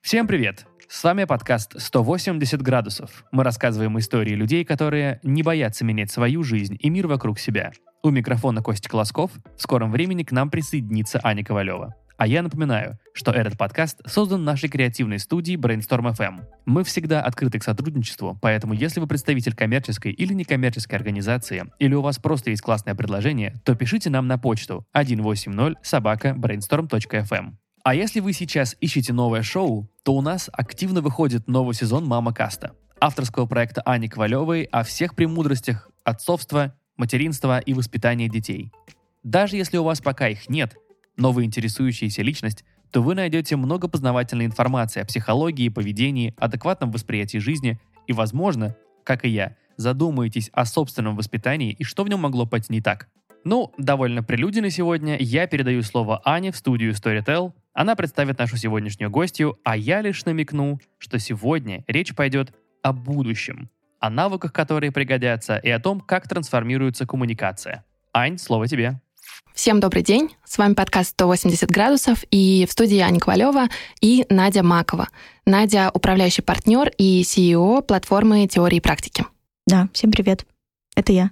Всем привет! С вами подкаст «180 градусов». Мы рассказываем истории людей, которые не боятся менять свою жизнь и мир вокруг себя. У микрофона Костя Колосков. В скором времени к нам присоединится Аня Ковалева. А я напоминаю, что этот подкаст создан нашей креативной студией Brainstorm FM. Мы всегда открыты к сотрудничеству, поэтому если вы представитель коммерческой или некоммерческой организации, или у вас просто есть классное предложение, то пишите нам на почту 180@brainstorm.fm. А если вы сейчас ищете новое шоу, то у нас активно выходит новый сезон «Мама Каста», авторского проекта Ани Ковалевой о всех премудростях отцовства, материнства и воспитания детей. Даже если у вас пока их нет, но вы интересующаяся личность, то вы найдете много познавательной информации о психологии, поведении, адекватном восприятии жизни и, возможно, как и я, задумаетесь о собственном воспитании и что в нем могло пойти не так. Ну, довольно прелюдия на сегодня. Я передаю слово Ане в студию Storytel. Она представит нашу сегодняшнюю гостью, а я лишь намекну, что сегодня речь пойдет о будущем, о навыках, которые пригодятся, и о том, как трансформируется коммуникация. Ань, слово тебе. Всем добрый день. С вами подкаст «180 градусов» и в студии Аня Ковалева и Надя Макова. Надя — управляющий партнер и CEO платформы «Теории и практики». Да, всем привет. Это я.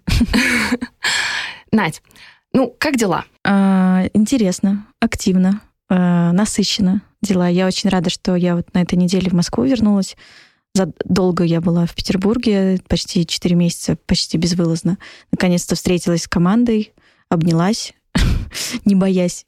Надь, как дела? Интересно, активно, насыщенно дела. Я очень рада, что я вот на этой неделе в Москву вернулась. Долго я была в Петербурге, почти 4 месяца, почти безвылазно. Наконец-то встретилась с командой, обнялась, не боясь.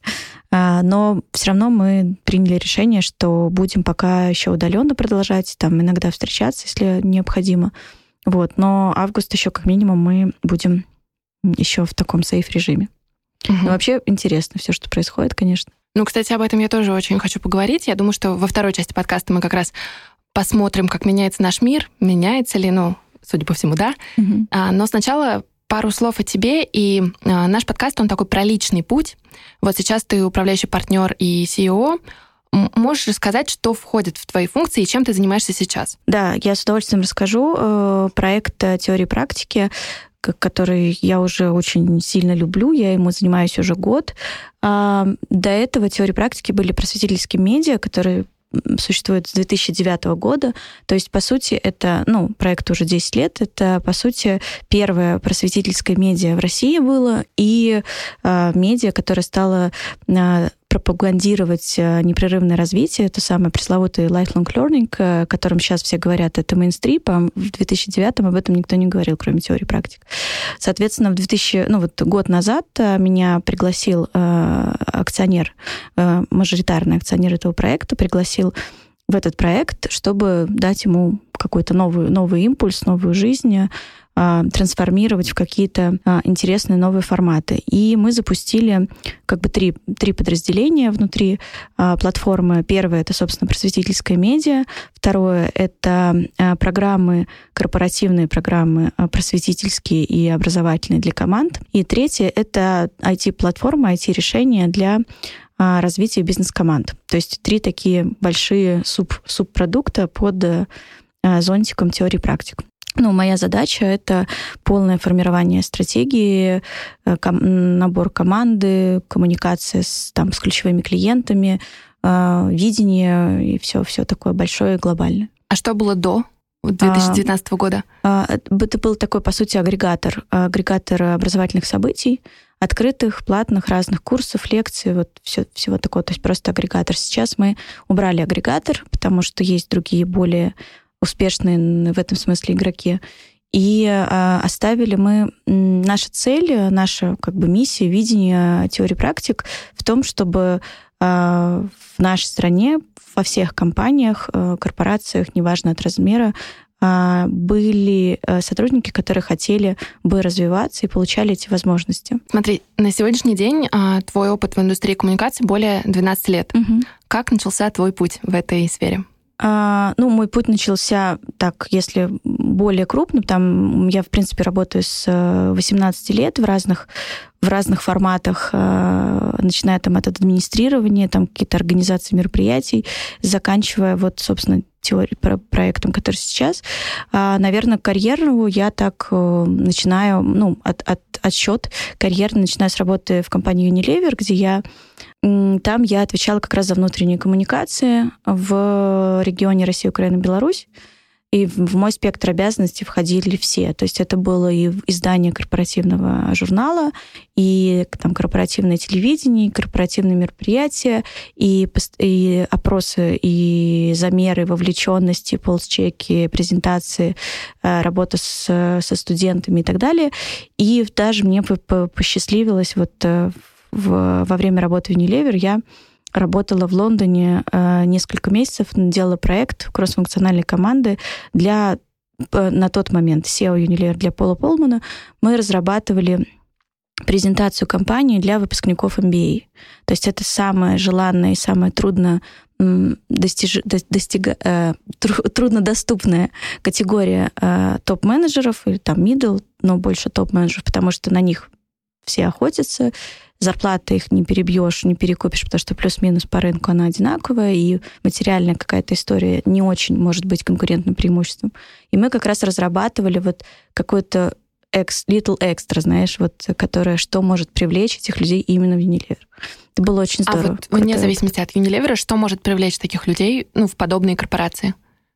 Но все равно мы приняли решение, что будем пока еще удаленно продолжать, там иногда встречаться, если необходимо. Вот. Но август еще как минимум мы будем еще в таком сейф-режиме. Но вообще интересно все, что происходит, конечно. Кстати, об этом я тоже очень хочу поговорить. Я думаю, что во второй части подкаста мы как раз посмотрим, как меняется наш мир. Меняется ли, судя по всему, да. Но сначала пару слов о тебе. И наш подкаст, он такой про личный путь. Вот сейчас ты управляющий партнер и CEO. Можешь рассказать, что входит в твои функции и чем ты занимаешься сейчас? Да, я с удовольствием расскажу. Проект «Теории и практики», который я уже очень сильно люблю, я ему занимаюсь уже год. До этого «Теории и практики» были просветительские медиа, которые существует с 2009 года. То есть, по сути, это, проекту уже 10 лет, это, по сути, первое просветительское медиа в России было, и медиа, которое стало пропагандировать непрерывное развитие, это самое пресловутое lifelong learning, о котором сейчас все говорят, это мейнстрим, в 2009-м об этом никто не говорил, кроме теории и практик. Соответственно, год назад меня пригласил акционер, мажоритарный акционер этого проекта, пригласил в этот проект, чтобы дать ему какой-то новый импульс, новую жизнь, трансформировать в какие-то интересные новые форматы. И мы запустили три подразделения внутри платформы. Первое — это, собственно, просветительское медиа. Второе — это корпоративные программы просветительские и образовательные для команд. И третье — это IT-платформа, IT-решения для развития бизнес-команд. То есть 3 такие большие субпродукта под зонтиком теории и практик. Моя задача — это полное формирование стратегии, набор команды, коммуникация с ключевыми клиентами, видение и все такое большое и глобальное. А что было до 2019 года? Это был такой, по сути, агрегатор образовательных событий, открытых, платных, разных курсов, лекций, всего такого. То есть просто агрегатор. Сейчас мы убрали агрегатор, потому что есть другие более успешные в этом смысле игроки. И оставили мы... Наша цель, наша миссия, видение теории практик в том, чтобы в нашей стране, во всех компаниях, корпорациях, неважно от размера, были сотрудники, которые хотели бы развиваться и получали эти возможности. Смотри, на сегодняшний день твой опыт в индустрии коммуникации более 12 лет. Как начался твой путь в этой сфере? Мой путь начался так, если более крупно. Там я, в принципе, работаю с 18 лет в разных форматах, начиная от администрирования, какие-то организации мероприятий, заканчивая собственно, проектом, который сейчас. Наверное, карьерную я так начинаю, отсчет карьерный начинаю с работы в компании Unilever, где я Там я отвечала как раз за внутренние коммуникации в регионе Россия, Украина, Беларусь. И в мой спектр обязанностей входили все. То есть это было и издание корпоративного журнала, и там корпоративное телевидение, и корпоративные мероприятия, и опросы, и замеры вовлеченности, полс-чеки, презентации, работа со студентами и так далее. И даже мне посчастливилось во время работы в Unilever я работала в Лондоне несколько месяцев, делала проект кроссфункциональной команды на тот момент SEO Unilever для Пола Полмана. Мы разрабатывали презентацию компании для выпускников MBA. То есть это самая желанная и самая труднодоступная категория топ-менеджеров, или там middle, но больше топ-менеджеров, потому что на них все охотятся. Зарплаты их не перебьешь, не перекупишь, потому что плюс-минус по рынку она одинаковая, и материальная какая-то история не очень может быть конкурентным преимуществом. И мы как раз разрабатывали какой-то little extra, знаешь, которое что может привлечь этих людей именно в Unilever. Это было очень здорово. А вне зависимости от Unilever, что может привлечь таких людей в подобные корпорации?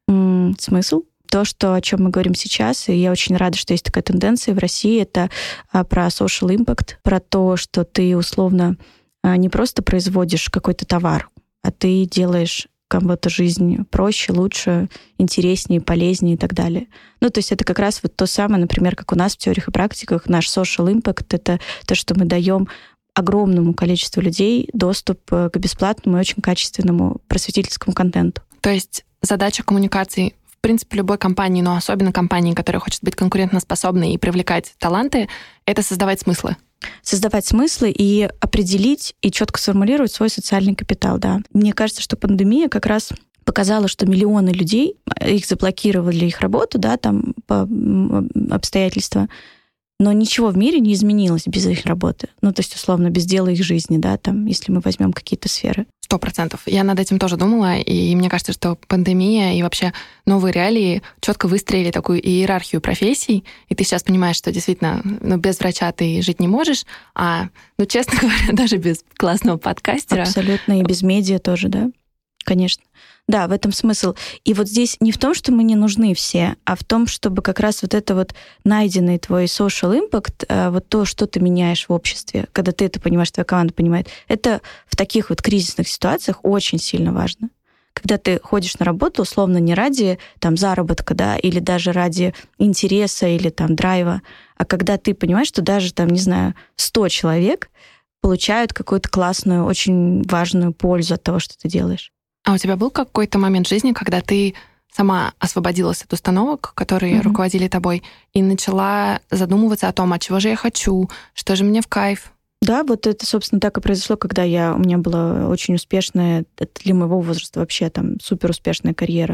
Смысл? То, о чем мы говорим сейчас, и я очень рада, что есть такая тенденция в России, это про social impact, про то, что ты условно не просто производишь какой-то товар, а ты делаешь кому-то жизнь проще, лучше, интереснее, полезнее и так далее. То есть это как раз то самое, например, как у нас в теориях и практиках, наш social impact — это то, что мы даем огромному количеству людей доступ к бесплатному и очень качественному просветительскому контенту. То есть задача коммуникации в принципе, любой компании, но особенно компании, которая хочет быть конкурентоспособной и привлекать таланты, это создавать смыслы. Создавать смыслы и определить, и четко сформулировать свой социальный капитал, да. Мне кажется, что пандемия как раз показала, что миллионы людей, их заблокировали, их работу, да, там, по обстоятельствам, но ничего в мире не изменилось без их работы. То есть, условно, без дела их жизни, да, там, если мы возьмем какие-то сферы. 100%. Я над этим тоже думала, и мне кажется, что пандемия и вообще новые реалии четко выстроили такую иерархию профессий, и ты сейчас понимаешь, что действительно без врача ты жить не можешь, честно говоря, даже без классного подкастера. Абсолютно, и без медиа тоже, да, конечно. Да, в этом смысл. И здесь не в том, что мы не нужны все, а в том, чтобы как раз это найденный твой social impact, то, что ты меняешь в обществе, когда ты это понимаешь, твоя команда понимает, это в таких кризисных ситуациях очень сильно важно. Когда ты ходишь на работу, условно, не ради заработка, да, или даже ради интереса или драйва, а когда ты понимаешь, что даже 100 человек получают какую-то классную, очень важную пользу от того, что ты делаешь. А у тебя был какой-то момент в жизни, когда ты сама освободилась от установок, которые руководили тобой, и начала задумываться о том, чего же я хочу, что же мне в кайф? Да, это, собственно, так и произошло, когда у меня была очень успешная, для моего возраста вообще супер успешная карьера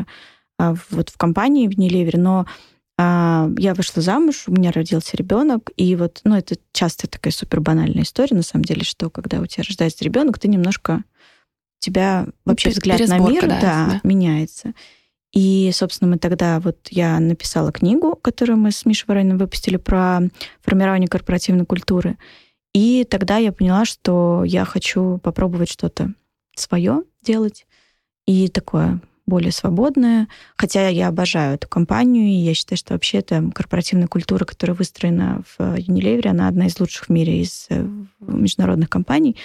в компании, в Unilever, но я вышла замуж, у меня родился ребенок, и это часто такая супер банальная история, на самом деле, что когда у тебя рождается ребенок, ты немножко... у тебя вообще взгляд на мир меняется. И, собственно, мы тогда... я написала книгу, которую мы с Мишей Ворониным выпустили про формирование корпоративной культуры. И тогда я поняла, что я хочу попробовать что-то свое делать. И такое более свободное. Хотя я обожаю эту компанию, и я считаю, что вообще это корпоративная культура, которая выстроена в Unilever, она одна из лучших в мире из международных компаний.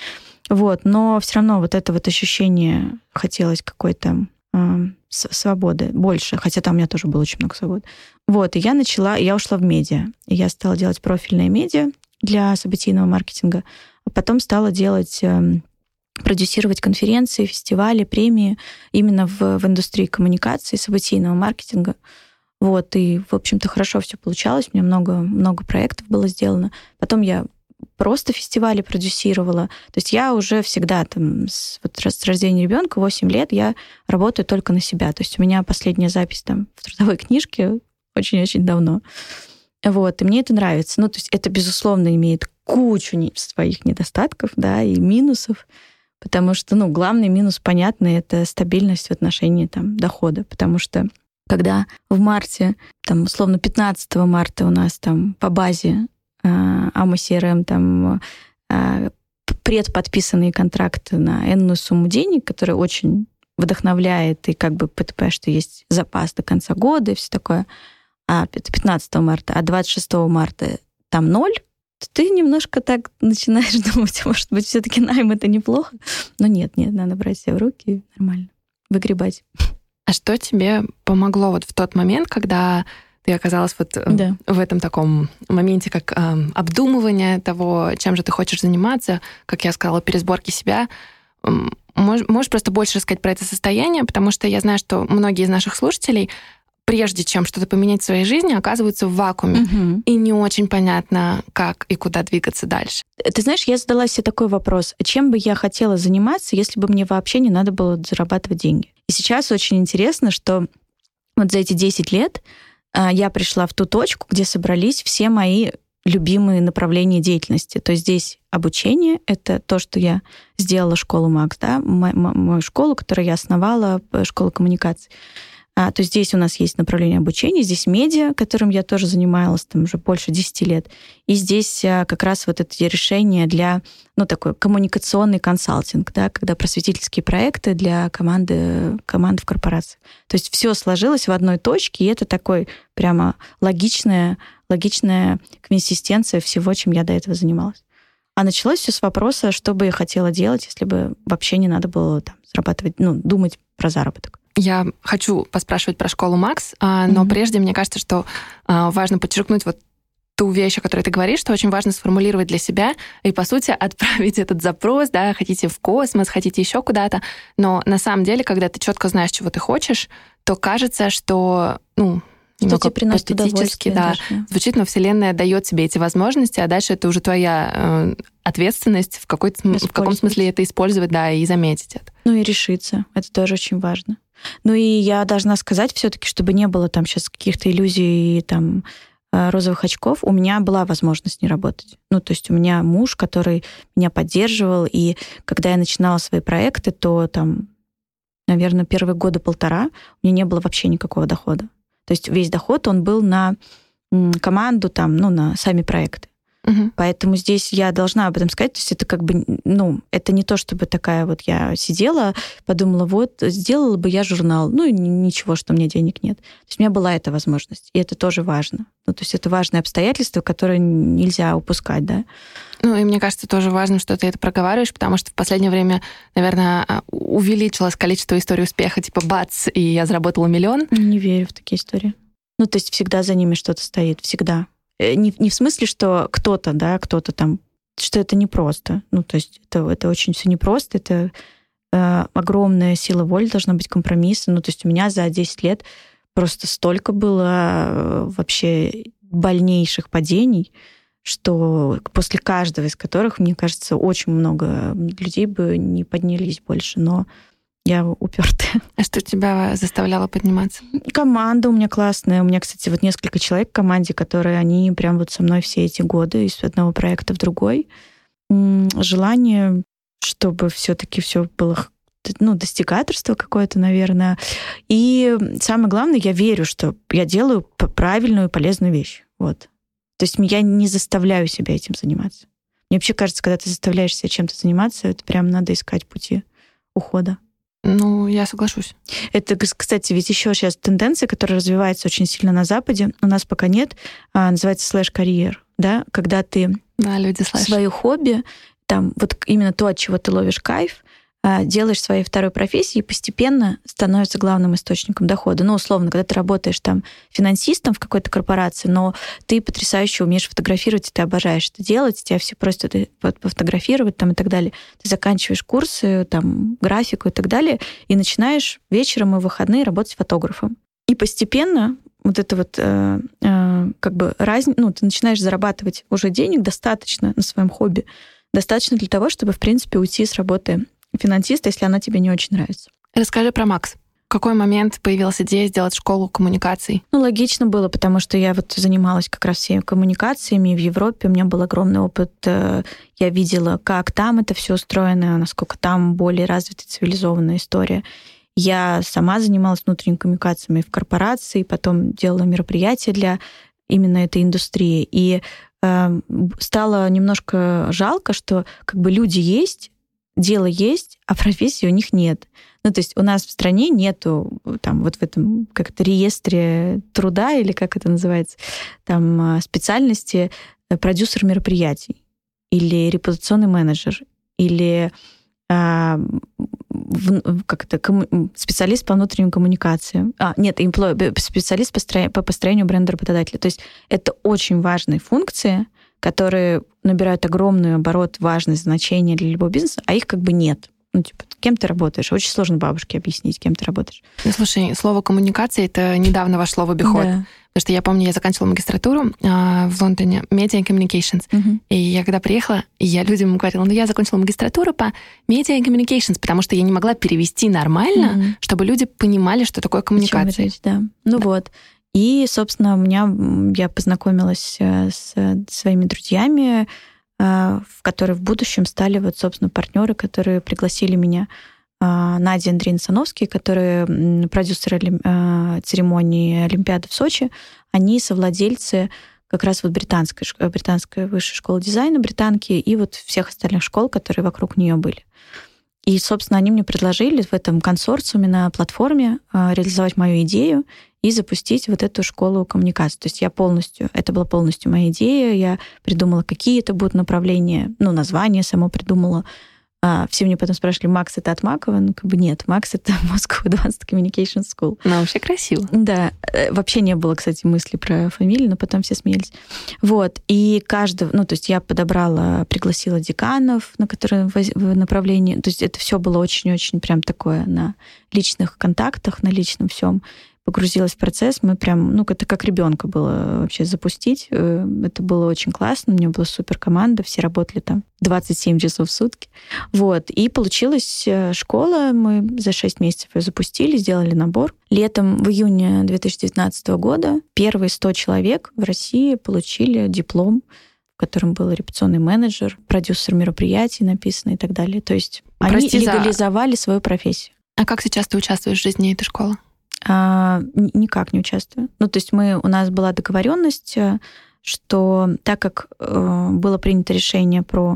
Но все равно это ощущение хотелось какой-то свободы больше, хотя там у меня тоже было очень много свободы. И я ушла в медиа. И я стала делать профильные медиа для событийного маркетинга, а потом стала продюсировать конференции, фестивали, премии именно в индустрии коммуникации, событийного маркетинга. И, в общем-то, хорошо все получалось. У меня много проектов было сделано. Потом я просто фестивали продюсировала. То есть я уже всегда с рождения ребенка, 8 лет, я работаю только на себя. То есть у меня последняя запись в трудовой книжке очень-очень давно. И мне это нравится. То есть это, безусловно, имеет кучу своих недостатков, да, и минусов, потому что, главный минус, понятный, это стабильность в отношении дохода, потому что когда в марте, условно, 15 марта у нас по базе AMO CRM предподписанные контракты на энную сумму денег, которые очень вдохновляет, и как бы ты понимаешь, что есть запас до конца года и все такое. А это 15 марта, а 26 марта там 0, то ты немножко так начинаешь думать, может быть, все-таки найм это неплохо. Но нет, надо брать себя в руки и нормально выгребать. А что тебе помогло вот в тот момент, когда ты оказалась вот в этом таком моменте, как обдумывание того, чем же ты хочешь заниматься, как я сказала, пересборки себя? Можешь просто больше рассказать про это состояние, потому что я знаю, что многие из наших слушателей, прежде чем что-то поменять в своей жизни, оказываются в вакууме. И не очень понятно, как и куда двигаться дальше. Ты знаешь, я задала себе такой вопрос. Чем бы я хотела заниматься, если бы мне вообще не надо было зарабатывать деньги? И сейчас очень интересно, что вот за эти 10 лет я пришла в ту точку, где собрались все мои любимые направления деятельности. То есть здесь обучение — это то, что я сделала школу МАКС, да, мою школу, которую я основала, школу коммуникаций. То есть здесь у нас есть направление обучения, здесь медиа, которым я тоже занималась там уже больше 10 лет. И здесь как раз вот эти решения для, такой коммуникационный консалтинг, да, когда просветительские проекты для команды в корпорации. То есть все сложилось в одной точке, и это такой прямо логичная консистенция всего, чем я до этого занималась. А началось все с вопроса, что бы я хотела делать, если бы вообще не надо было там зарабатывать, думать про заработок. Я хочу поспрашивать про школу МАКС, но прежде мне кажется, что важно подчеркнуть вот ту вещь, о которой ты говоришь, что очень важно сформулировать для себя и, по сути, отправить этот запрос, да, хотите в космос, хотите еще куда-то, но на самом деле, когда ты четко знаешь, чего ты хочешь, то кажется, что, что тебе приносит удовольствие, да, звучит, но Вселенная дает тебе эти возможности, а дальше это уже твоя ответственность в каком смысле это использовать, да, и заметить это. И решиться. Это тоже очень важно. И я должна сказать все-таки, чтобы не было там сейчас каких-то иллюзий и там розовых очков, у меня была возможность не работать. То есть у меня муж, который меня поддерживал, и когда я начинала свои проекты, то там, наверное, первые 1.5 года у меня не было вообще никакого дохода. То есть весь доход, он был на команду, там, на сами проекты. Поэтому здесь я должна об этом сказать. То есть это как бы, это не то, чтобы такая вот я сидела, подумала, вот, сделала бы я журнал. Ничего, что у меня денег нет. То есть у меня была эта возможность. И это тоже важно. То есть это важное обстоятельство, которое нельзя упускать, да. И мне кажется, тоже важно, что ты это проговариваешь, потому что в последнее время, наверное, увеличилось количество историй успеха, типа бац, и я заработала 1 миллион. Не верю в такие истории. То есть всегда за ними что-то стоит, всегда. Не в смысле, что кто-то там, что это непросто. То есть это очень все непросто, это огромная сила воли, должна быть компромиссы. То есть у меня за 10 лет просто столько было вообще больнейших падений, что после каждого из которых, мне кажется, очень много людей бы не поднялись больше, но я упертая. А что тебя заставляло подниматься? Команда у меня классная. У меня, кстати, вот несколько человек в команде, которые они прям вот со мной все эти годы из одного проекта в другой. Желание, чтобы все-таки все было, достигаторство какое-то, наверное. И самое главное, я верю, что я делаю правильную и полезную вещь. Вот. То есть я не заставляю себя этим заниматься. Мне вообще кажется, когда ты заставляешь себя чем-то заниматься, это прям надо искать пути ухода. Я соглашусь. Это, кстати, ведь еще сейчас тенденция, которая развивается очень сильно на Западе, у нас пока нет, называется слэш-карьер, да, когда ты люди свое хобби, там вот именно то, от чего ты ловишь кайф, делаешь своей второй профессией и постепенно становится главным источником дохода. Условно, когда ты работаешь там финансистом в какой-то корпорации, но ты потрясающе умеешь фотографировать, и ты обожаешь это делать, тебя все просят пофотографировать там и так далее. Ты заканчиваешь курсы, там, графику и так далее, и начинаешь вечером и в выходные работать фотографом. И постепенно вот это вот как бы ты начинаешь зарабатывать уже денег достаточно на своем хобби, достаточно для того, чтобы, в принципе, уйти с работы финансиста, если она тебе не очень нравится. Расскажи про МАКС. В какой момент появилась идея сделать школу коммуникаций? Логично было, потому что я вот занималась как раз всеми коммуникациями в Европе. У меня был огромный опыт. Я видела, как там это все устроено, насколько там более развитая цивилизованная история. Я сама занималась внутренними коммуникациями в корпорации, потом делала мероприятия для именно этой индустрии. И стало немножко жалко, что как бы люди есть, дело есть, а профессии у них нет. Ну, то есть у нас в стране нету там вот в этом как-то реестре труда, или как это называется, там специальности продюсер мероприятий, или репутационный менеджер, или специалист по внутренним коммуникациям. Специалист по построению бренда работодателя. То есть это очень важные функции, которые набирают огромный оборот, важность, значение для любого бизнеса, а их как бы нет. Ну, типа, кем ты работаешь? Очень сложно бабушке объяснить, кем ты работаешь. Ну, слушай, слово «коммуникация» — это недавно вошло в обиход. Да. Потому что я помню, я заканчивала магистратуру в Лондоне, Media and Communications. И я когда приехала, я людям говорила, я закончила магистратуру по Media and Communications, потому что я не могла перевести нормально, чтобы люди понимали, что такое коммуникация. Речь, да. Вот. И, собственно, я познакомилась с своими друзьями, которые в будущем стали, вот, собственно, партнеры, которые пригласили меня. Надя и Андрей Насановский, которые продюсеры церемонии Олимпиады в Сочи, они совладельцы как раз вот британской высшей школы дизайна, британки, и вот всех остальных школ, которые вокруг нее были. И, собственно, они мне предложили в этом консорциуме на платформе реализовать мою идею и запустить вот эту школу коммуникации. То есть это была полностью моя идея, я придумала, какие это будут направления, название само придумала. Все мне потом спрашивали, Макс, это от Макова? Ну, как бы нет, Макс — это Moscow Advanced Communication School. Ну, вообще красиво. Да. Вообще не было, кстати, мысли про фамилию, но потом все смеялись. Вот. И то есть я пригласила деканов, на которые в направлении... То есть это все было очень-очень прям такое на личных контактах, на личном всем. Погрузилась в процесс, мы прям, это как ребенка было вообще запустить. Это было очень классно, у меня была супер команда, все работали там 27 часов в сутки. Вот. И получилась школа, мы за 6 месяцев ее запустили, сделали набор. Летом, в июне 2019 года, первые 100 человек в России получили диплом, в котором был репутационный менеджер, продюсер мероприятий написано и так далее. То есть они легализовали свою профессию. А как сейчас ты участвуешь в жизни этой школы? Никак не участвую. То есть у нас была договоренность, что так как было принято решение про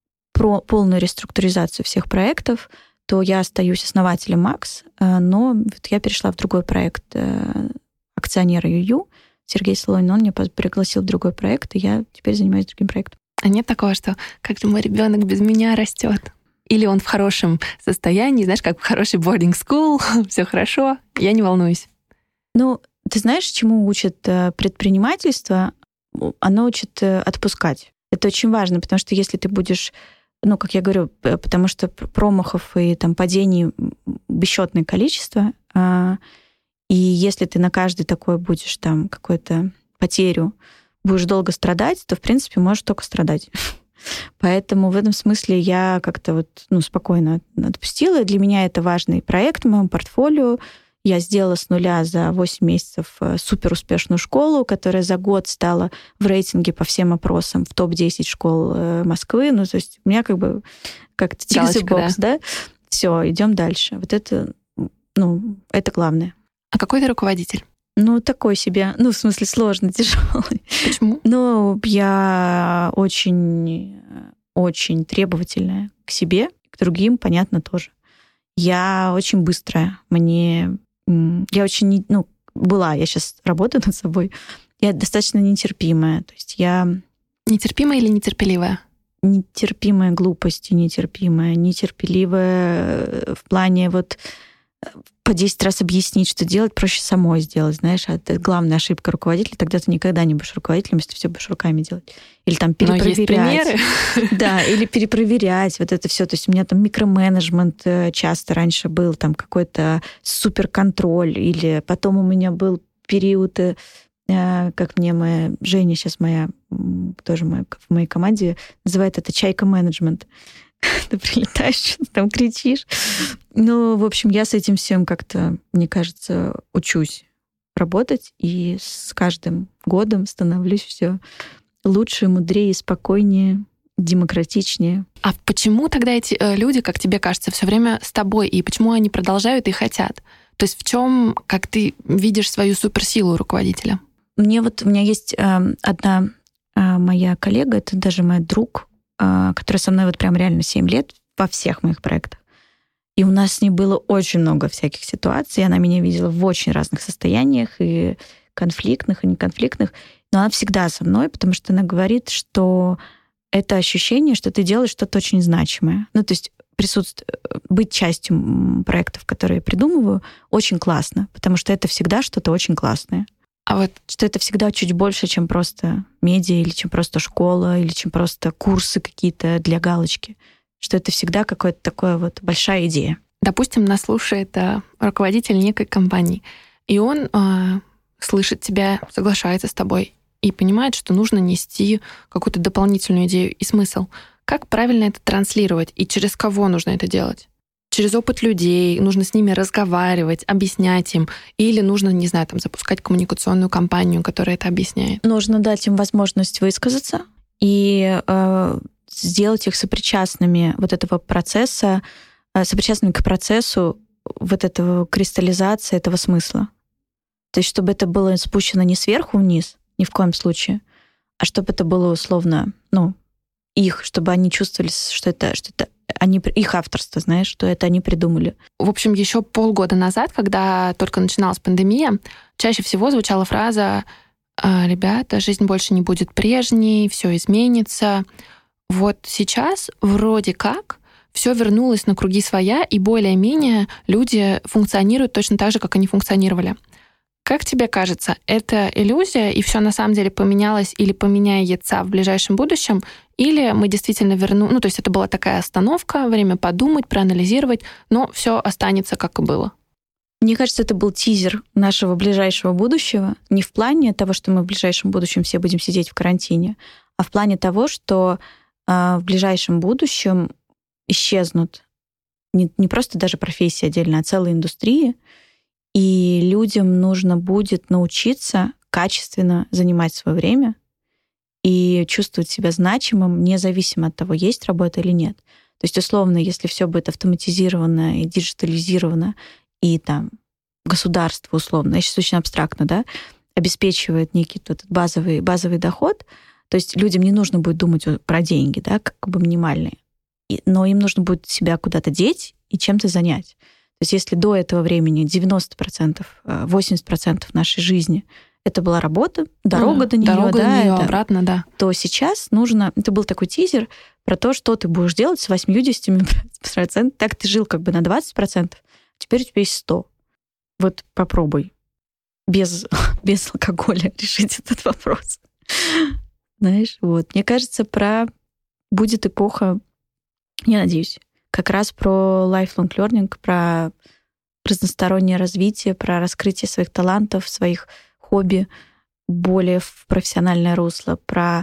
полную реструктуризацию всех проектов, то я остаюсь основателем Макс, но я перешла в другой проект акционера ЮЮ, Сергей Солонин, он меня пригласил в другой проект, и я теперь занимаюсь другим проектом. А нет такого, что как же мой ребенок без меня растет? Или он в хорошем состоянии, знаешь, как в хорошей boarding school, все хорошо, я не волнуюсь. Ты знаешь, чему учит предпринимательство? Оно учит отпускать. Это очень важно, потому что если ты будешь, как я говорю, потому что промахов и там падений бесчетное количество, и если ты на каждый такой будешь там какую-то потерю, будешь долго страдать, то, в принципе, можешь только страдать. Поэтому в этом смысле я как-то спокойно отпустила. Для меня это важный проект в моем портфолио. Я сделала с нуля за 8 месяцев суперуспешную школу, которая за год стала в рейтинге по всем опросам в топ-10 школ Москвы. То есть у меня как-то tick the box, да? Все, идем дальше. Вот это, это главное. А какой ты руководитель? Такой себе, в смысле сложный, тяжелый. Почему? Я очень, очень требовательная к себе, к другим, понятно, тоже. Я очень быстрая. Я очень, я сейчас работаю над собой, я достаточно нетерпимая. То есть я... Нетерпимая или нетерпеливая? Нетерпимая глупость, нетерпеливая в плане по 10 раз объяснить, что делать, проще самой сделать, знаешь. Это главная ошибка руководителя. Тогда ты никогда не будешь руководителем, если ты все будешь руками делать. Или там перепроверять. Но есть примеры. Да, или перепроверять вот это все. То есть у меня там микроменеджмент часто раньше был, там какой-то суперконтроль. Или потом у меня был период, как мне моя Женя, сейчас тоже в моей команде, называет это чайка-менеджмент. Ты прилетаешь, что-то там кричишь. В общем, я с этим всем как-то, мне кажется, учусь работать, и с каждым годом становлюсь все лучше, мудрее, спокойнее, демократичнее. А почему тогда эти люди, как тебе кажется, все время с тобой, и почему они продолжают и хотят? То есть в чем, как ты видишь свою суперсилу руководителя? У меня есть одна моя коллега, это даже мой друг, который со мной вот прям реально 7 лет во всех моих проектах. И у нас с ней было очень много всяких ситуаций. Она меня видела в очень разных состояниях, и конфликтных, и неконфликтных. Но она всегда со мной, потому что она говорит, что это ощущение, что ты делаешь что-то очень значимое. Ну, то есть быть частью проектов, которые я придумываю, очень классно, потому что это всегда что-то очень классное. А вот что это всегда чуть больше, чем просто медиа, или чем просто школа, или чем просто курсы какие-то для галочки. Что это всегда какая-то такая вот большая идея. Допустим, нас слушает руководитель некой компании, и он слышит тебя, соглашается с тобой и понимает, что нужно нести какую-то дополнительную идею и смысл. Как правильно это транслировать и через кого нужно это делать? Через опыт людей, нужно с ними разговаривать, объяснять им, или нужно, не знаю, там, запускать коммуникационную кампанию, которая это объясняет? Нужно дать им возможность высказаться и сделать их сопричастными вот этого процесса, сопричастными к процессу вот этого кристаллизации этого смысла. То есть чтобы это было спущено не сверху вниз, ни в коем случае, а чтобы это было условно, их, чтобы они чувствовали, что это они, их авторство, знаешь, что это они придумали. В общем, еще полгода назад, когда только начиналась пандемия, чаще всего звучала фраза «Ребята, жизнь больше не будет прежней, все изменится». Вот сейчас вроде как все вернулось на круги своя, и более-менее люди функционируют точно так же, как они функционировали. Как тебе кажется, это иллюзия, и все на самом деле поменялось или поменяется в ближайшем будущем, или мы действительно то есть это была такая остановка, время подумать, проанализировать, но все останется, как и было? Мне кажется, это был тизер нашего ближайшего будущего, не в плане того, что мы в ближайшем будущем все будем сидеть в карантине, а в плане того, что в ближайшем будущем исчезнут не просто даже профессии отдельно, а целые индустрии, и людям нужно будет научиться качественно занимать свое время и чувствовать себя значимым, независимо от того, есть работа или нет. То есть, условно, если все будет автоматизировано и диджитализировано, и там государство, условно, я сейчас очень абстрактно, да, обеспечивает некий тот базовый доход, то есть людям не нужно будет думать про деньги, да, как бы минимальные, но им нужно будет себя куда-то деть и чем-то занять. То есть если до этого времени 90%, 80% нашей жизни это была работа, дорога до нее, обратно, да, то сейчас нужно... Это был такой тизер про то, что ты будешь делать с 80%. Так ты жил как бы на 20%, теперь у тебя есть 100%. Вот попробуй без алкоголя решить этот вопрос. Знаешь, вот. Мне кажется, будет эпоха, я надеюсь, как раз про lifelong learning, про разностороннее развитие, про раскрытие своих талантов, своих хобби более в профессиональное русло, про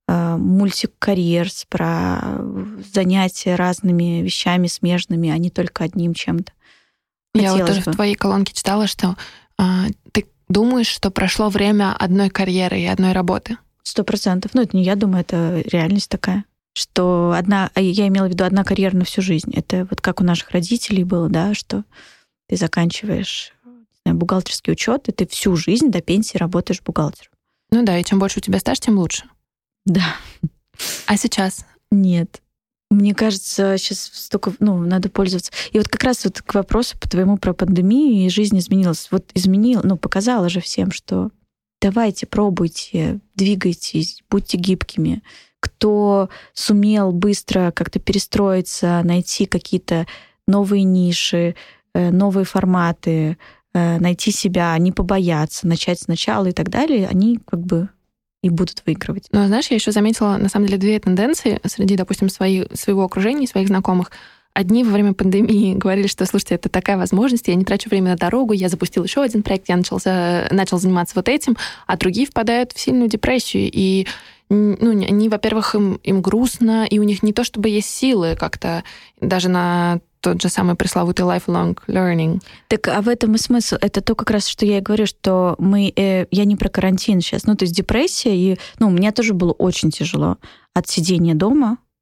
мультикарьерс, про занятия разными вещами смежными, а не только одним чем-то. Я вот тоже в твоей колонке читала, что ты думаешь, что прошло время одной карьеры и одной работы. 100%. Это не я думаю, это реальность такая. Что я имела в виду одна карьера на всю жизнь. Это вот как у наших родителей было, да, что ты заканчиваешь бухгалтерский учет, и ты всю жизнь до пенсии работаешь бухгалтером. Ну да, и чем больше у тебя стаж, тем лучше. Да. А сейчас? Нет. Мне кажется, сейчас столько, надо пользоваться. И вот как раз вот к вопросу по твоему про пандемию, и жизнь изменилась. Вот показала же всем, что давайте, пробуйте, двигайтесь, будьте гибкими. Кто сумел быстро как-то перестроиться, найти какие-то новые ниши, новые форматы, найти себя, не побояться, начать сначала и так далее, они как бы и будут выигрывать. Ну, знаешь, я еще заметила, на самом деле, две тенденции среди, допустим, своего окружения, своих знакомых. Одни во время пандемии говорили, что, слушайте, это такая возможность, я не трачу время на дорогу, я запустил еще один проект, я начал заниматься вот этим, а другие впадают в сильную депрессию. И они, во-первых, им грустно, и у них не то чтобы есть силы как-то даже на тот же самый пресловутый lifelong learning. Так, а в этом и смысл. Это то как раз, что я и говорю, что я не про карантин сейчас. То есть депрессия, и у меня тоже было очень тяжело от сидения дома,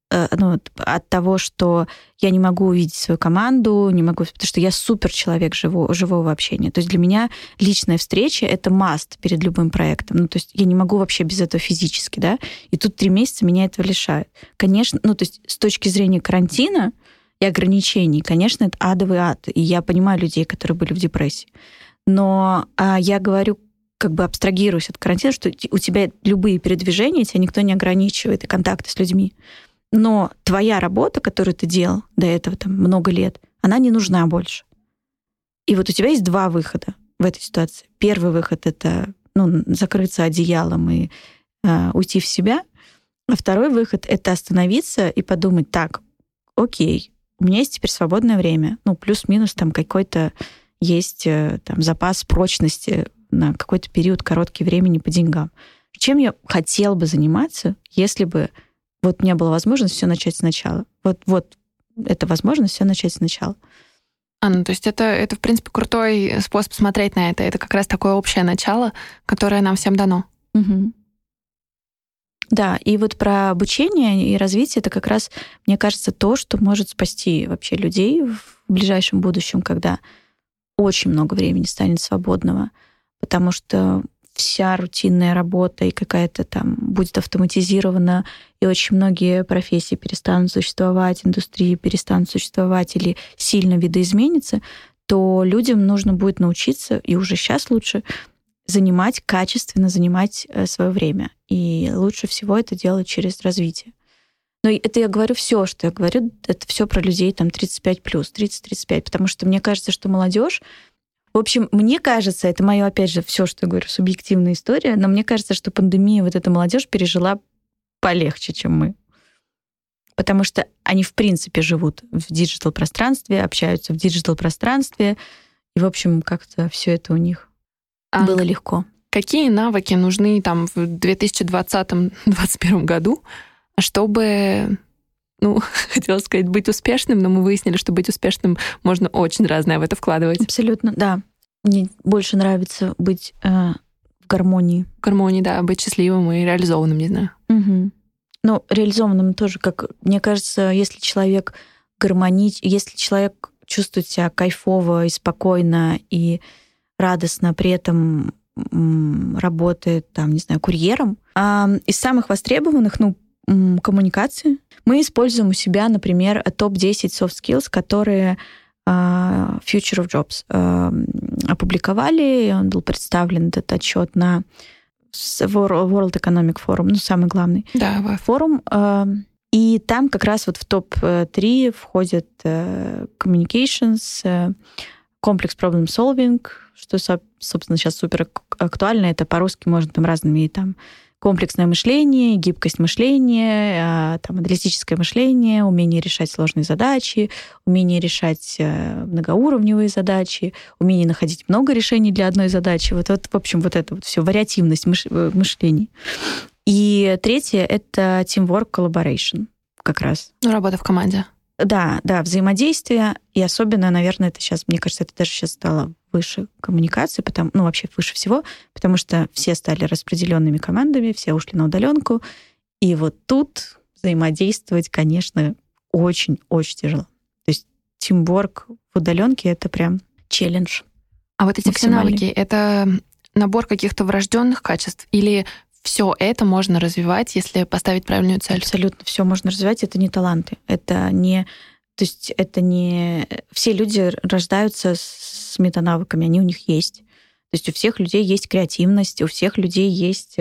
от того, что я не могу увидеть свою команду, не могу, потому что я супер человек живого общения. То есть для меня личная встреча — это must перед любым проектом. То есть я не могу вообще без этого физически, да? И тут 3 месяца меня этого лишают. Конечно, то есть с точки зрения карантина и ограничений, конечно, это адовый ад. И я понимаю людей, которые были в депрессии. Но я говорю, как бы абстрагируюсь от карантина, что у тебя любые передвижения, тебя никто не ограничивает, и контакты с людьми. Но твоя работа, которую ты делал до этого много лет, она не нужна больше. И вот у тебя есть 2 выхода в этой ситуации. Первый выход — это закрыться одеялом и уйти в себя. А второй выход — это остановиться и подумать: так, окей, у меня есть теперь свободное время. Плюс-минус какой-то есть запас прочности на какой-то период короткий времени по деньгам. Чем я хотел бы заниматься, если бы у меня была возможность все начать сначала? Вот это возможность все начать сначала. Анна, то есть это, в принципе, крутой способ смотреть на это. Это как раз такое общее начало, которое нам всем дано. Угу. Да, и про обучение и развитие — это как раз, мне кажется, то, что может спасти вообще людей в ближайшем будущем, когда очень много времени станет свободного, потому что вся рутинная работа и какая-то будет автоматизирована, и очень многие профессии перестанут существовать, индустрии перестанут существовать или сильно видоизменятся, то людям нужно будет научиться, и уже сейчас лучше, качественно занимать свое время. И лучше всего это делать через развитие. Но это я говорю все, что я говорю, это все про людей 35+, 30-35, потому что мне кажется, что молодежь, в общем, мне кажется, это мое, опять же, все, что я говорю, субъективная история, но мне кажется, что пандемия эта молодежь пережила полегче, чем мы. Потому что они, в принципе, живут в диджитал-пространстве, общаются в диджитал-пространстве, и, в общем, как-то все это у них было легко. Какие навыки нужны в 2020-2021 году, чтобы... хотела сказать, быть успешным, но мы выяснили, что быть успешным можно очень разное в это вкладывать. Абсолютно, да. Мне больше нравится быть в гармонии. В гармонии, да, быть счастливым и реализованным, не знаю. Угу. Реализованным тоже, мне кажется, если человек если человек чувствует себя кайфово и спокойно и радостно, при этом работает, курьером. Из самых востребованных, коммуникации. Мы используем у себя, например, топ-10 soft skills, которые Future of Jobs опубликовали. Он был представлен, этот отчет, на World Economic Forum, самый главный форум. И там как раз в топ-3 входят communications, complex problem solving, что, собственно, сейчас супер актуально. Это по-русски можно разными комплексное мышление, гибкость мышления, аналитическое мышление, умение решать сложные задачи, умение решать многоуровневые задачи, умение находить много решений для одной задачи. В общем, это все, вариативность мышлений. И третье — это teamwork, collaboration как раз. Работа в команде. Да, взаимодействие. И особенно, наверное, это сейчас, мне кажется, это даже сейчас стало выше коммуникации, вообще выше всего, потому что все стали распределенными командами, все ушли на удаленку. И тут взаимодействовать, конечно, очень-очень тяжело. То есть тимворк в удаленке — это прям челлендж. А эти все навыки — это набор каких-то врожденных качеств или все это можно развивать, если поставить правильную цель? Абсолютно все можно развивать. Это не таланты. Это не все люди рождаются с метанавыками, они у них есть. То есть у всех людей есть креативность, у всех людей есть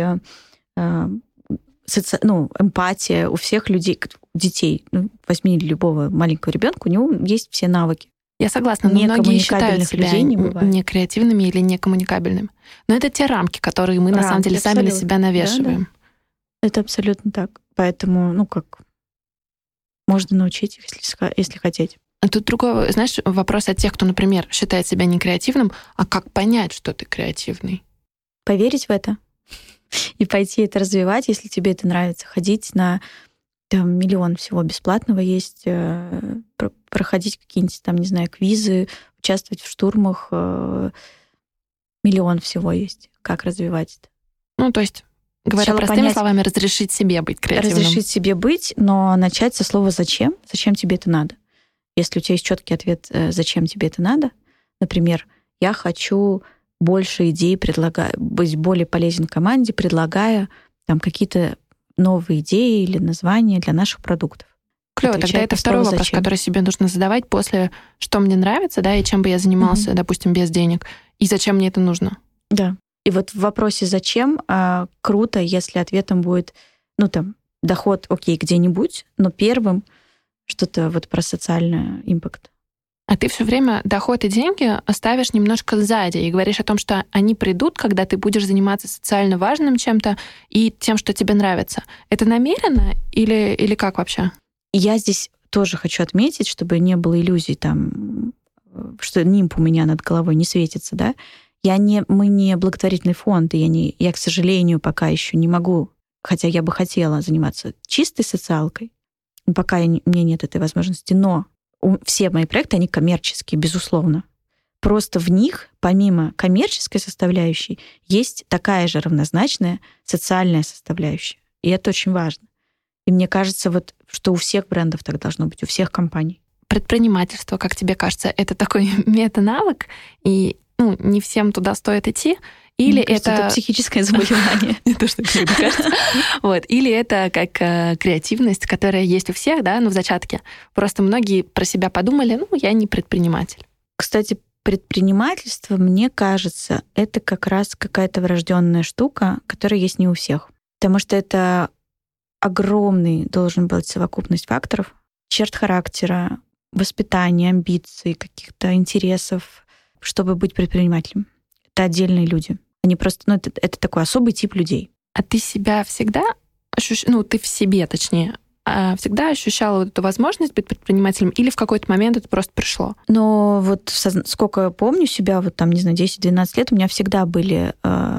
эмпатия, у всех детей. Возьми любого маленького ребенка, у него есть все навыки. Я согласна, но многие считают себя некреативными или некоммуникабельными. Но это те рамки, которые мы на самом деле сами для себя навешиваем. Да. Это абсолютно так. Поэтому, можно научить их, если хотеть. Тут другой, вопрос от тех, кто, например, считает себя некреативным, а как понять, что ты креативный? Поверить в это и пойти это развивать, если тебе это нравится. Ходить на миллион всего бесплатного есть, проходить какие-нибудь квизы, участвовать в штурмах. Миллион всего есть. Как развивать это? То есть Говоря простыми словами, разрешить себе быть креативным. Разрешить себе быть, но начать со слова «зачем?». Зачем тебе это надо? Если у тебя есть четкий ответ, зачем тебе это надо, например, я хочу больше идей, быть более полезен команде, предлагая там какие-то новые идеи или названия для наших продуктов. Клево, тогда это второй вопрос, который себе нужно задавать после «что мне нравится?», да, и чем бы я занимался, допустим, без денег, и зачем мне это нужно. Да. И вот в вопросе «зачем?» круто, если ответом будет, доход, окей, где-нибудь, но первым что-то вот про социальный импакт. А ты все время доход и деньги оставишь немножко сзади и говоришь о том, что они придут, когда ты будешь заниматься социально важным чем-то и тем, что тебе нравится. Это намеренно или как вообще? Я здесь тоже хочу отметить, чтобы не было иллюзий там, что нимб у меня над головой не светится, да? Мы не благотворительный фонд, и я, к сожалению, пока еще не могу, хотя я бы хотела заниматься чистой социалкой, пока у меня нет этой возможности, но все мои проекты, они коммерческие, безусловно. Просто в них, помимо коммерческой составляющей, есть такая же равнозначная социальная составляющая. И это очень важно. И мне кажется, что у всех брендов так должно быть, у всех компаний. Предпринимательство, как тебе кажется, это такой мета-навык, и не всем туда стоит идти? Или это психическое заболевание. То, что мне кажется. Или это как креативность, которая есть у всех, да, в зачатке. Просто многие про себя подумали, я не предприниматель. Кстати, предпринимательство, мне кажется, это как раз какая-то врожденная штука, которая есть не у всех. Потому что это огромный должен быть совокупность факторов, черт характера, воспитания, амбиций, каких-то интересов, чтобы быть предпринимателем. Это отдельные люди. Они просто, это такой особый тип людей. А ты себя всегда ты в себе, точнее, всегда ощущала эту возможность быть предпринимателем или в какой-то момент это просто пришло? Но сколько помню себя, 10-12 лет, у меня всегда были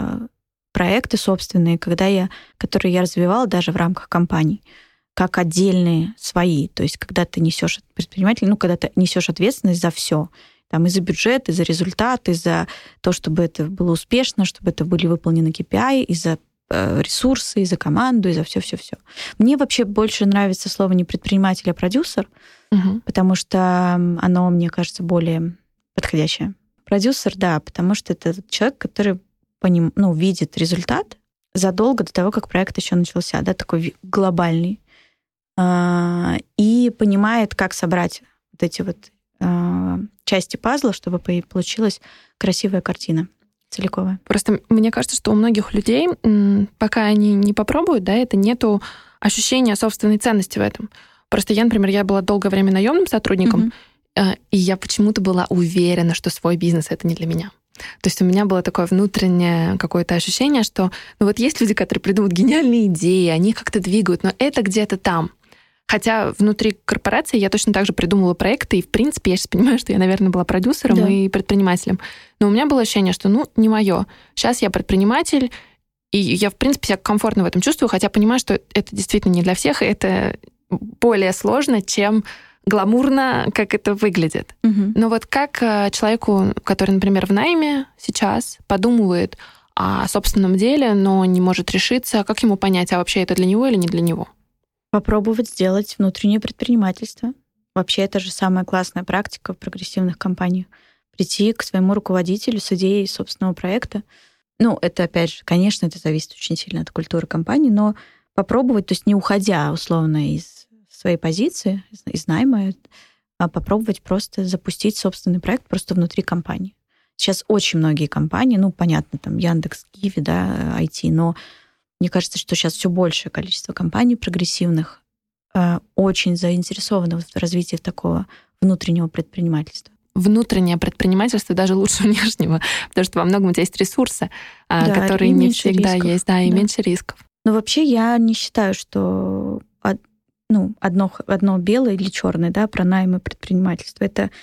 проекты собственные, которые я развивала даже в рамках компаний, как отдельные свои. То есть когда ты несешь предприниматель, когда ты несешь ответственность за все. Там и за бюджет, и за результат, и за то, чтобы это было успешно, чтобы это были выполнены KPI, и за ресурсы, и за команду, и за все-все-все. Мне вообще больше нравится слово не предприниматель, а продюсер, потому что оно, мне кажется, более подходящее. Продюсер, да, потому что это человек, который видит результат задолго до того, как проект еще начался, да, такой глобальный, и понимает, как собрать эти части пазла, чтобы получилась красивая картина целиковая. Просто мне кажется, что у многих людей, пока они не попробуют, да, это нету ощущения собственной ценности в этом. Просто я была долгое время наемным сотрудником, и я почему-то была уверена, что свой бизнес — это не для меня. То есть у меня было такое внутреннее какое-то ощущение, что есть люди, которые придумывают гениальные идеи, они их как-то двигают, но это где-то там. Хотя внутри корпорации я точно так же придумывала проекты, и, в принципе, я сейчас понимаю, что я, наверное, была продюсером и предпринимателем. Но у меня было ощущение, что, не мое. Сейчас я предприниматель, и я, в принципе, себя комфортно в этом чувствую, хотя понимаю, что это действительно не для всех, и это более сложно, чем гламурно, как это выглядит. Но как человеку, который, например, в найме сейчас подумывает о собственном деле, но не может решиться, как ему понять, а вообще это для него или не для него? Попробовать сделать внутреннее предпринимательство. Вообще, это же самая классная практика в прогрессивных компаниях. Прийти к своему руководителю с идеей собственного проекта. Это, опять же, конечно, это зависит очень сильно от культуры компании, но попробовать, то есть не уходя, условно, из своей позиции, из найма, а попробовать просто запустить собственный проект просто внутри компании. Сейчас очень многие компании, понятно, там Яндекс, Киви, да, IT, но мне кажется, что сейчас все большее количество компаний прогрессивных очень заинтересованы в развитии такого внутреннего предпринимательства. Внутреннее предпринимательство даже лучше внешнего, потому что во многом у тебя есть ресурсы, которые не всегда рисков. Есть, и меньше рисков. Но вообще я не считаю, что одно белое или черное, да, про найм и предпринимательство.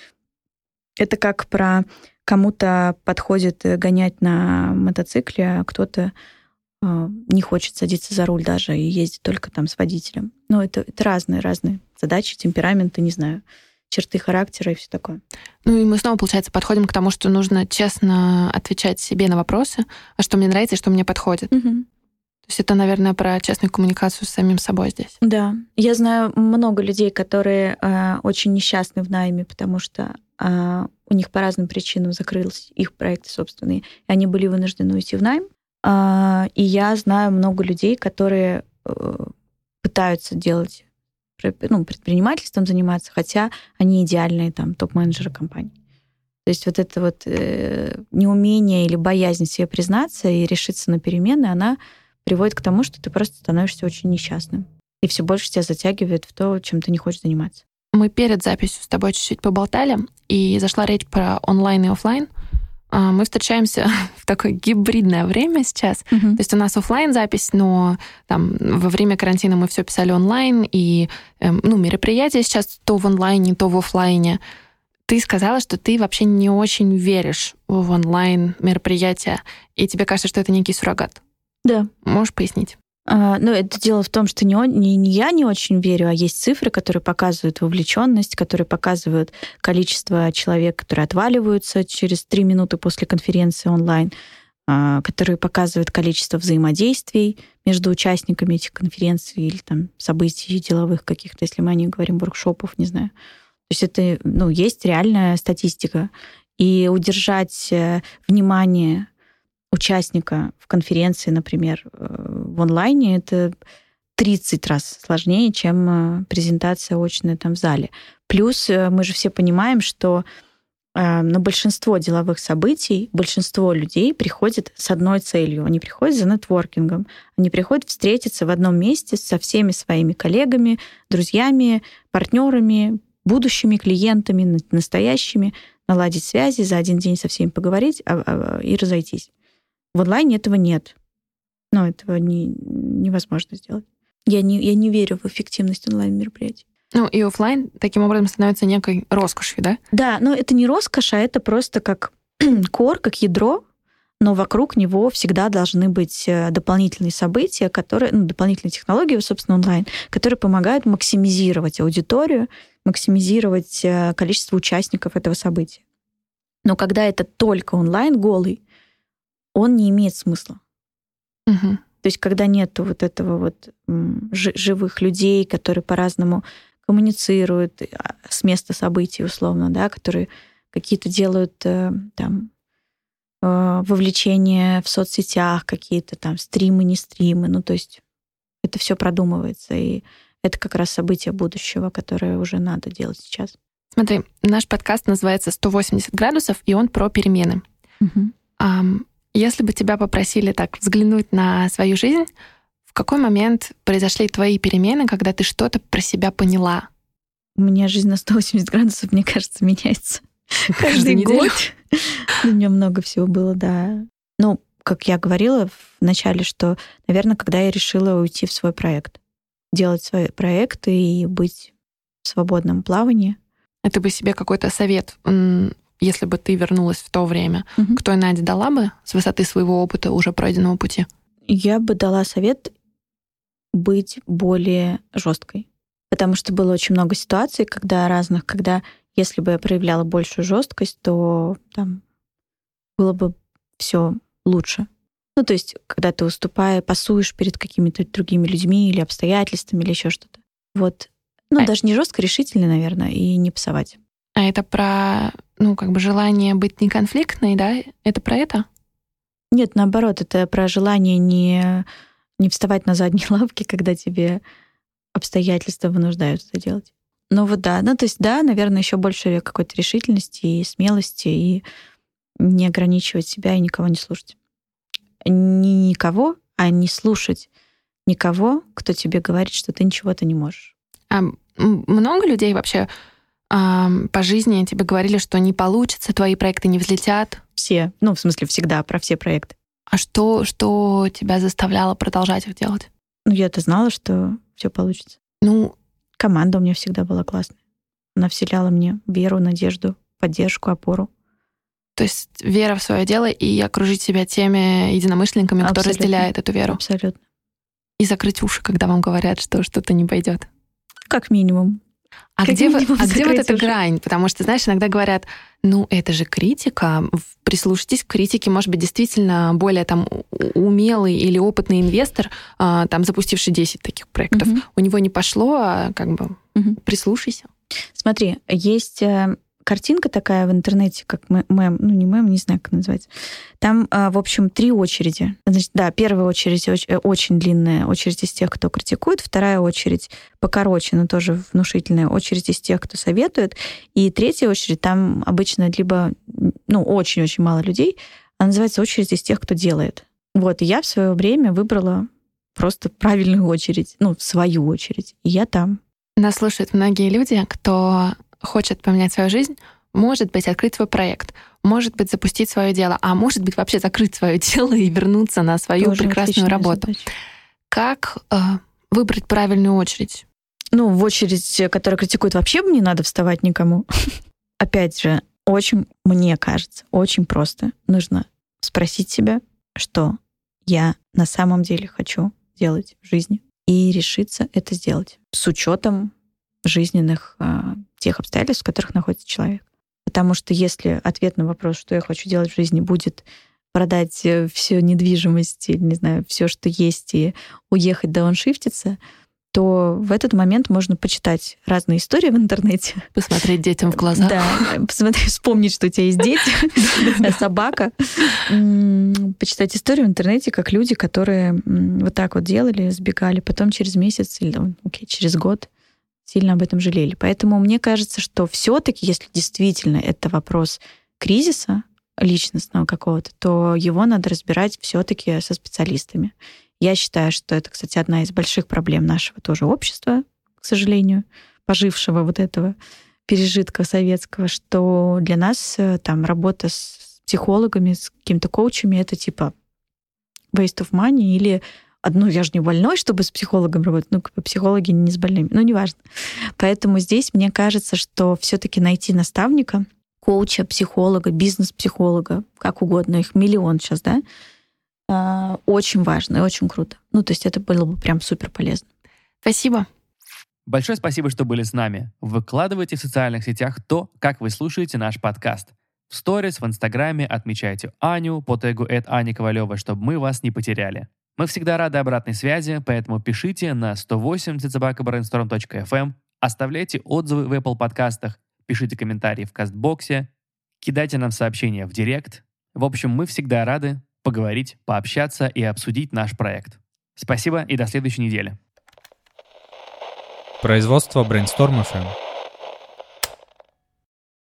Это как про кому-то подходит гонять на мотоцикле, а кто-то не хочет садиться за руль даже и ездить только там с водителем. Это разные задачи, темпераменты, не знаю, черты характера и все такое. И мы снова, получается, подходим к тому, что нужно честно отвечать себе на вопросы, а что мне нравится и что мне подходит. То есть это, наверное, про честную коммуникацию с самим собой здесь. Да. Я знаю много людей, которые очень несчастны в найме, потому что у них по разным причинам закрылись их проекты собственные, и они были вынуждены уйти в найм. И я знаю много людей, которые пытаются делать, предпринимательством заниматься, хотя они идеальные там топ-менеджеры компании. То есть вот это вот неумение или боязнь себе признаться и решиться на перемены, она приводит к тому, что ты просто становишься очень несчастным. И все больше тебя затягивает в то, чем ты не хочешь заниматься. Мы перед записью с тобой чуть-чуть поболтали, и зашла речь про онлайн и офлайн. Мы встречаемся в такое гибридное время сейчас. То есть у нас офлайн запись, но там во время карантина мы все писали онлайн, и мероприятия сейчас то в онлайне, то в офлайне. Ты сказала, что ты вообще не очень веришь в онлайн мероприятия, и тебе кажется, что это некий суррогат. Да. Можешь пояснить? Это дело в том, что не я не очень верю, а есть цифры, которые показывают вовлеченность, которые показывают количество человек, которые отваливаются через 3 минуты после конференции онлайн, которые показывают количество взаимодействий между участниками этих конференций или там событий деловых каких-то, если мы о них говорим, воркшопов, не знаю. То есть это, есть реальная статистика. И удержать внимание участника в конференции, например, в онлайне, это 30 раз сложнее, чем презентация очная там в зале. Плюс мы же все понимаем, что на большинство деловых событий большинство людей приходит с одной целью. Они приходят за нетворкингом. Они приходят встретиться в одном месте со всеми своими коллегами, друзьями, партнерами, будущими клиентами, настоящими, наладить связи, за один день со всеми поговорить и разойтись. В онлайне этого нет. Этого невозможно сделать. Я не верю в эффективность онлайн-мероприятий. И офлайн таким образом становится некой роскошью, да? Да, но это не роскошь, а это просто как кор, как ядро, но вокруг него всегда должны быть дополнительные события, дополнительные технологии, собственно, онлайн, которые помогают максимизировать аудиторию, максимизировать количество участников этого события. Но когда это только онлайн, голый, он не имеет смысла. Угу. То есть когда нету вот этого живых людей, которые по-разному коммуницируют с места событий, условно, да, которые какие-то делают вовлечения в соцсетях, какие-то там стримы, не стримы. То есть это все продумывается, и это как раз события будущего, которое уже надо делать сейчас. Смотри, наш подкаст называется «180 градусов», и он про перемены. Угу. Если бы тебя попросили так взглянуть на свою жизнь, в какой момент произошли твои перемены, когда ты что-то про себя поняла? У меня жизнь на 180 градусов, мне кажется, меняется каждый год. У меня много всего было, да. Как я говорила в начале, что, наверное, когда я решила уйти в свой проект, делать свои проекты и быть в свободном плавании. Это бы себе какой-то совет, если бы ты вернулась в то время, к той Наде дала бы с высоты своего опыта, уже пройденного пути? Я бы дала совет быть более жесткой. Потому что было очень много ситуаций, когда если бы я проявляла большую жесткость, то там было бы все лучше. То есть, когда ты пасуешь перед какими-то другими людьми или обстоятельствами, или еще что-то. Даже не жестко, решительно, наверное, и не пасовать. А это про, желание быть неконфликтной, да? Это про это? Нет, наоборот, это про желание не вставать на задние лапки, когда тебе обстоятельства вынуждают это делать. Наверное, еще больше какой-то решительности и смелости, и не ограничивать себя и никого не слушать. Не никого, а не слушать никого, кто тебе говорит, что ты ничего-то не можешь. А много людей вообще по жизни тебе говорили, что не получится, твои проекты не взлетят? Все. В смысле, всегда, про все проекты. А что тебя заставляло продолжать их делать? Я-то знала, что все получится. Команда у меня всегда была классная. Она вселяла мне веру, надежду, поддержку, опору. То есть вера в свое дело и окружить себя теми единомышленниками, кто разделяет эту веру. Абсолютно. И закрыть уши, когда вам говорят, что что-то не пойдет. Как минимум. А где вот эта грань? Потому что, знаешь, иногда говорят, это же критика, прислушайтесь к критике, может быть, действительно более там умелый или опытный инвестор, там запустивший 10 таких проектов, у него не пошло, прислушайся. Смотри, есть картинка такая в интернете, как мем, не знаю, как называется. Там, в общем, 3 очереди. Значит, да, первая очередь очень длинная, очередь из тех, кто критикует, вторая очередь покороче, но тоже внушительная, очередь из тех, кто советует, и третья очередь, там обычно либо, очень-очень мало людей, она называется очередь из тех, кто делает. Вот, и я в свое время выбрала просто правильную очередь, свою очередь, и я там. Нас слушают многие люди, кто хочет поменять свою жизнь, может быть, открыть свой проект, может быть, запустить свое дело, а может быть, вообще закрыть свое дело и вернуться на свою тоже прекрасную работу. Задача. Как выбрать правильную очередь? В очередь, которая критикует, вообще не надо вставать никому. Опять же, мне кажется, очень просто. Нужно спросить себя, что я на самом деле хочу делать в жизни, и решиться это сделать с учетом жизненных тех обстоятельств, в которых находится человек. Потому что если ответ на вопрос, что я хочу делать в жизни, будет продать всю недвижимость или, не знаю, все, что есть, и уехать дауншифтиться, то в этот момент можно почитать разные истории в интернете. Посмотреть детям в глаза. Да, вспомнить, что у тебя есть дети, собака. Почитать историю в интернете, как люди, которые вот так вот делали, сбегали, потом через месяц или через год сильно об этом жалели. Поэтому мне кажется, что все-таки, если действительно это вопрос кризиса личностного какого-то, то его надо разбирать все-таки со специалистами. Я считаю, что это, кстати, одна из больших проблем нашего тоже общества, к сожалению, пожившего вот этого пережитка советского, что для нас там работа с психологами, с какими-то коучами — это типа waste of money или я же не больной, чтобы с психологом работать. Психологи не с больными. неважно. Поэтому здесь мне кажется, что все-таки найти наставника, коуча, психолога, бизнес-психолога, как угодно, их миллион сейчас, да, очень важно и очень круто. То есть это было бы прям супер полезно. Спасибо. Большое спасибо, что были с нами. Выкладывайте в социальных сетях то, как вы слушаете наш подкаст. В сторис, в Инстаграме отмечайте Аню по тегу @AnyaKovaleva, чтобы мы вас не потеряли. Мы всегда рады обратной связи, поэтому пишите на 108@brainstorm.fm, оставляйте отзывы в Apple подкастах, пишите комментарии в Кастбоксе, кидайте нам сообщения в Директ. В общем, мы всегда рады поговорить, пообщаться и обсудить наш проект. Спасибо и до следующей недели. Производство Brainstorm FM.